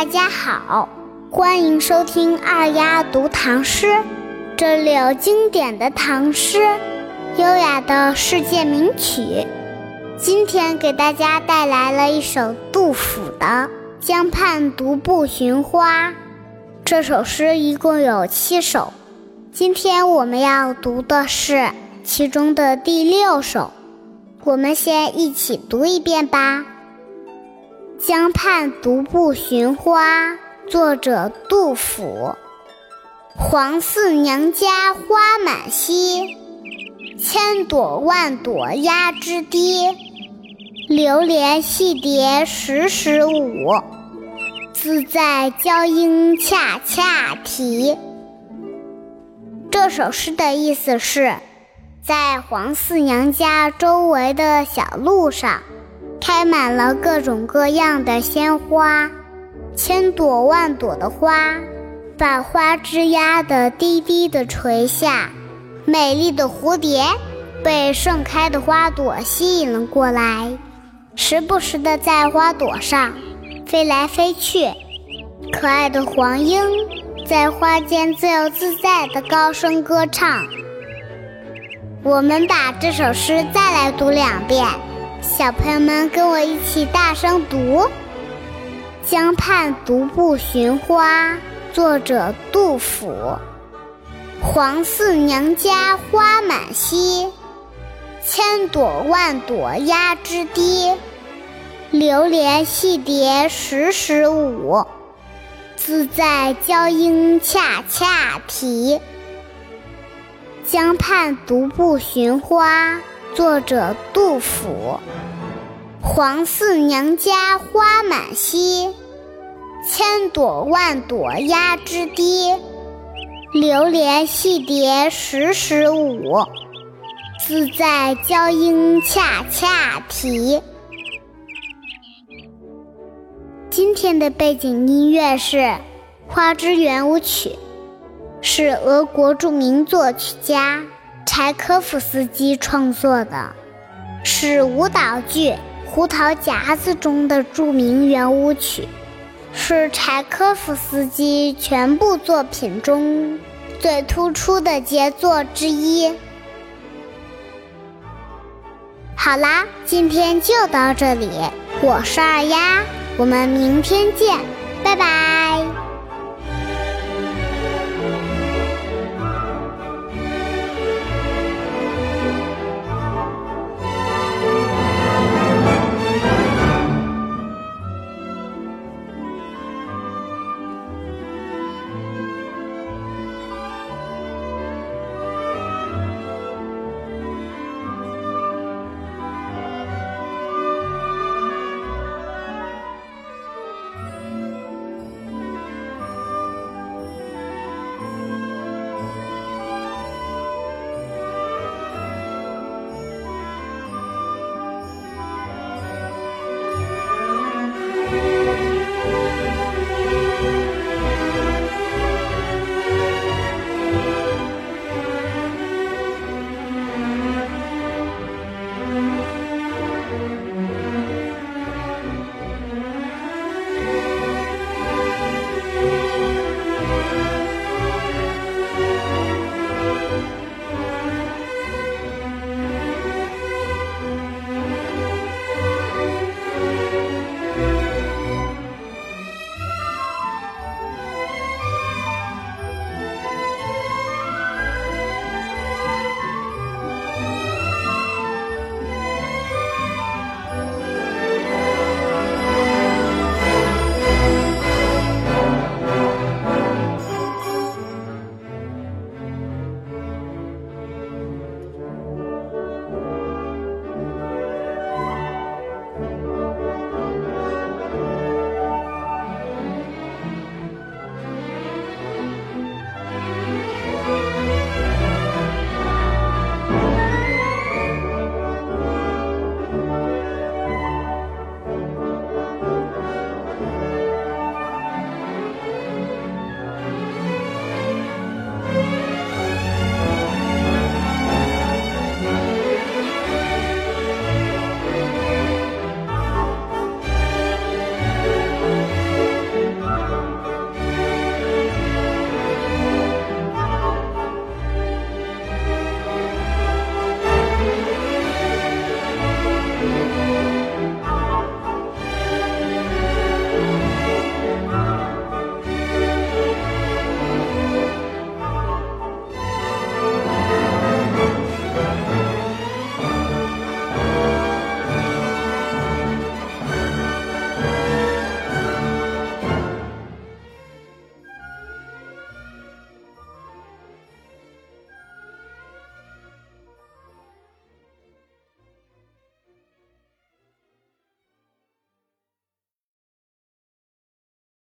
家好，欢迎收听二丫读唐诗，这里有经典的唐诗，优雅的世界名曲。今天给大家带来了一首杜甫的《江畔独步寻花》。这首诗一共有7首，今天我们要读的是其中的第6首，我们先一起读一遍吧。江畔独步寻花，作者杜甫。黄四娘家花满蹊，千朵万朵压枝跌。流连戏蝶时时舞，自在娇莺恰恰啼。这首诗的意思是，在黄四娘家周围的小路上，开满了各种各样的鲜花，千朵万朵的花把花枝压得低低地垂下，美丽的蝴蝶被盛开的花朵吸引了过来，时不时地在花朵上飞来飞去。可爱的黄莺在花间自由自在地高声歌唱。我们把这首诗再来读2遍，小朋友们跟我一起大声读。江畔独步寻花，作者杜甫。黄四娘家花满蹊，千朵万朵压枝跌。流连戏蝶时时舞，自在娇莺恰恰啼。江畔独步寻花，作者杜甫。黄四娘家花满蹊，千朵万朵压枝跌。流连戏蝶时时舞，自在娇莺恰恰啼。今天的背景音乐是《花之圆舞曲》，是俄国著名作曲家柴可夫斯基创作的，是舞蹈剧《胡桃夹子》中的著名圆舞曲，是柴可夫斯基全部作品中最突出的杰作之一。好啦，今天就到这里，我是二丫，我们明天见，拜拜。